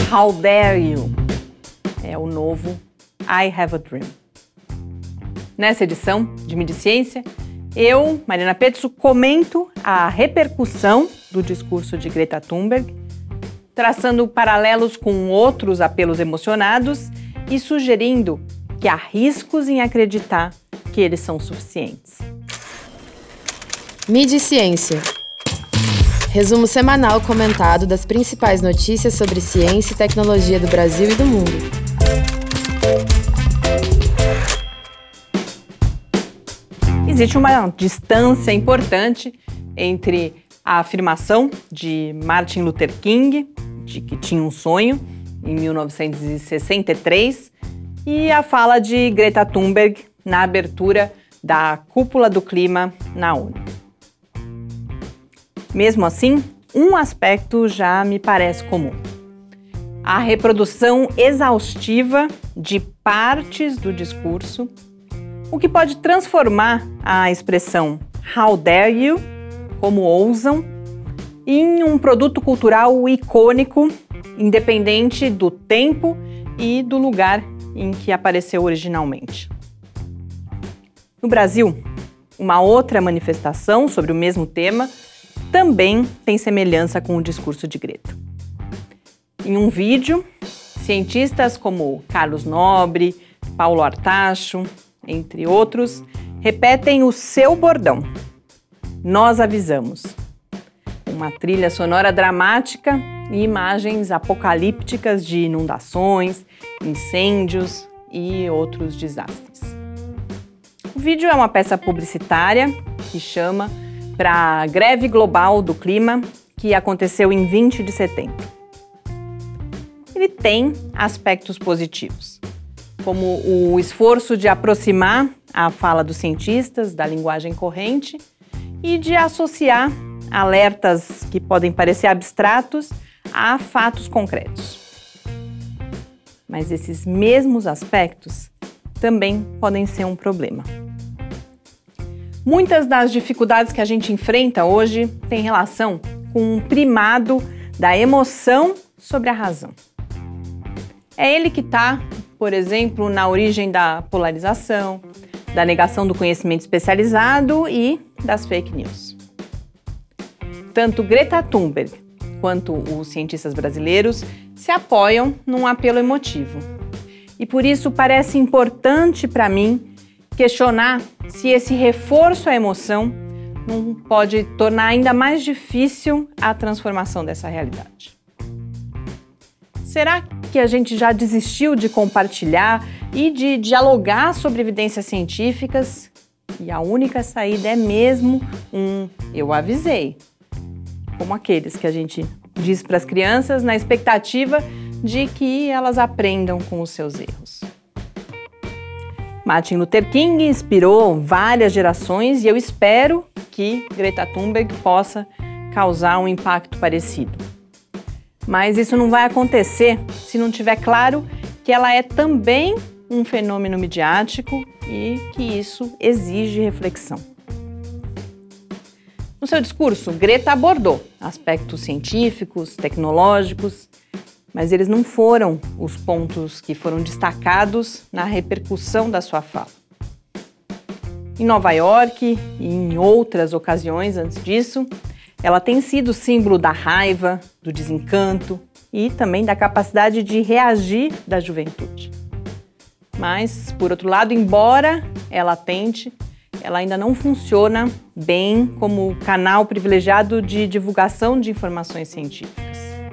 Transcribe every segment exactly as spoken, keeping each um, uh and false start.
How Dare You? É o novo I Have a Dream. Nessa edição de Mídia e Ciência, eu, Mariana Petzo, comento a repercussão do discurso de Greta Thunberg, traçando paralelos com outros apelos emocionados e sugerindo que há riscos em acreditar que eles são suficientes. Mídia e Ciência. Resumo semanal comentado das principais notícias sobre ciência e tecnologia do Brasil e do mundo. Existe uma distância importante entre a afirmação de Martin Luther King, de que tinha um sonho, em mil novecentos e sessenta e três, e a fala de Greta Thunberg na abertura da Cúpula do Clima na ONU. Mesmo assim, um aspecto já me parece comum: a reprodução exaustiva de partes do discurso, o que pode transformar a expressão How Dare You, como ousam, em um produto cultural icônico, independente do tempo e do lugar em que apareceu originalmente. No Brasil, uma outra manifestação sobre o mesmo tema também tem semelhança com o discurso de Greta. Em um vídeo, cientistas como Carlos Nobre, Paulo Artacho, entre outros, repetem o seu bordão: nós avisamos. Uma trilha sonora dramática e imagens apocalípticas de inundações, incêndios e outros desastres. O vídeo é uma peça publicitária que chama para a Greve Global do Clima, que aconteceu em vinte de setembro. Ele tem aspectos positivos, como o esforço de aproximar a fala dos cientistas da linguagem corrente e de associar alertas que podem parecer abstratos a fatos concretos. Mas esses mesmos aspectos também podem ser um problema. Muitas das dificuldades que a gente enfrenta hoje têm relação com um primado da emoção sobre a razão. É ele que está, por exemplo, na origem da polarização, da negação do conhecimento especializado e das fake news. Tanto Greta Thunberg quanto os cientistas brasileiros se apoiam num apelo emotivo. E por isso parece importante para mim questionar se esse reforço à emoção não pode tornar ainda mais difícil a transformação dessa realidade. Será que a gente já desistiu de compartilhar e de dialogar sobre evidências científicas e a única saída é mesmo um "eu avisei", como aqueles que a gente diz para as crianças na expectativa de que elas aprendam com os seus erros? Martin Luther King inspirou várias gerações e eu espero que Greta Thunberg possa causar um impacto parecido. Mas isso não vai acontecer se não tiver claro que ela é também um fenômeno midiático e que isso exige reflexão. No seu discurso, Greta abordou aspectos científicos, tecnológicos, mas eles não foram os pontos que foram destacados na repercussão da sua fala. Em Nova York e em outras ocasiões antes disso, ela tem sido símbolo da raiva, do desencanto e também da capacidade de reagir da juventude. Mas, por outro lado, embora ela tente, ela ainda não funciona bem como canal privilegiado de divulgação de informações científicas.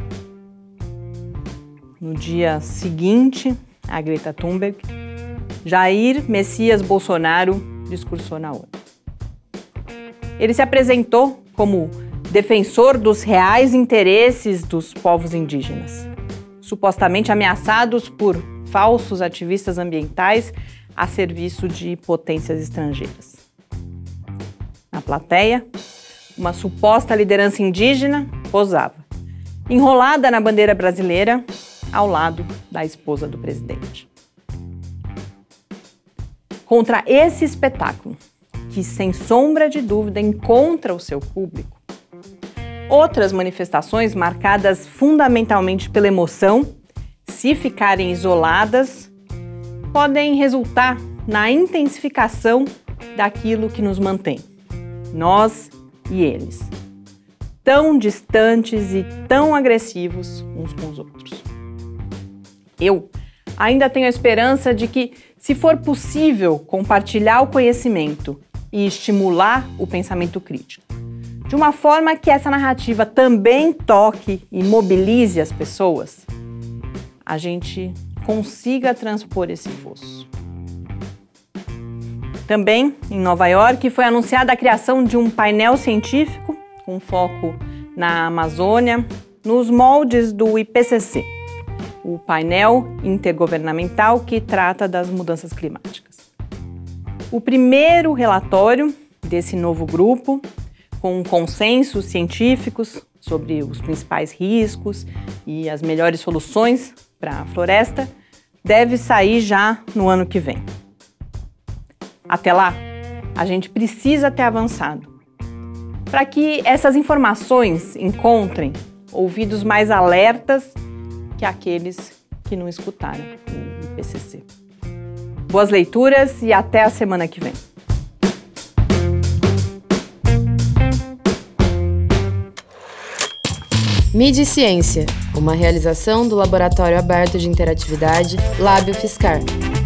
No dia seguinte a Greta Thunberg, Jair Messias Bolsonaro discursou na ONU. Ele se apresentou como defensor dos reais interesses dos povos indígenas, supostamente ameaçados por falsos ativistas ambientais a serviço de potências estrangeiras. Na plateia, uma suposta liderança indígena posava, enrolada na bandeira brasileira, ao lado da esposa do presidente. Contra esse espetáculo, que sem sombra de dúvida encontra o seu público, outras manifestações marcadas fundamentalmente pela emoção se ficarem isoladas, podem resultar na intensificação daquilo que nos mantém, nós e eles, tão distantes e tão agressivos uns com os outros. Eu ainda tenho a esperança de que, se for possível compartilhar o conhecimento e estimular o pensamento crítico, de uma forma que essa narrativa também toque e mobilize as pessoas, a gente consiga transpor esse fosso. Também, em Nova York, foi anunciada a criação de um painel científico com foco na Amazônia, nos moldes do I P C C, o painel intergovernamental que trata das mudanças climáticas. O primeiro relatório desse novo grupo, com consensos científicos sobre os principais riscos e as melhores soluções para a floresta, deve sair já no ano que vem. Até lá, a gente precisa ter avançado para que essas informações encontrem ouvidos mais alertas que aqueles que não escutaram o I P C C. Boas leituras e até a semana que vem. Mídia e Ciência, uma realização do Laboratório Aberto de Interatividade Lábio Fiscar.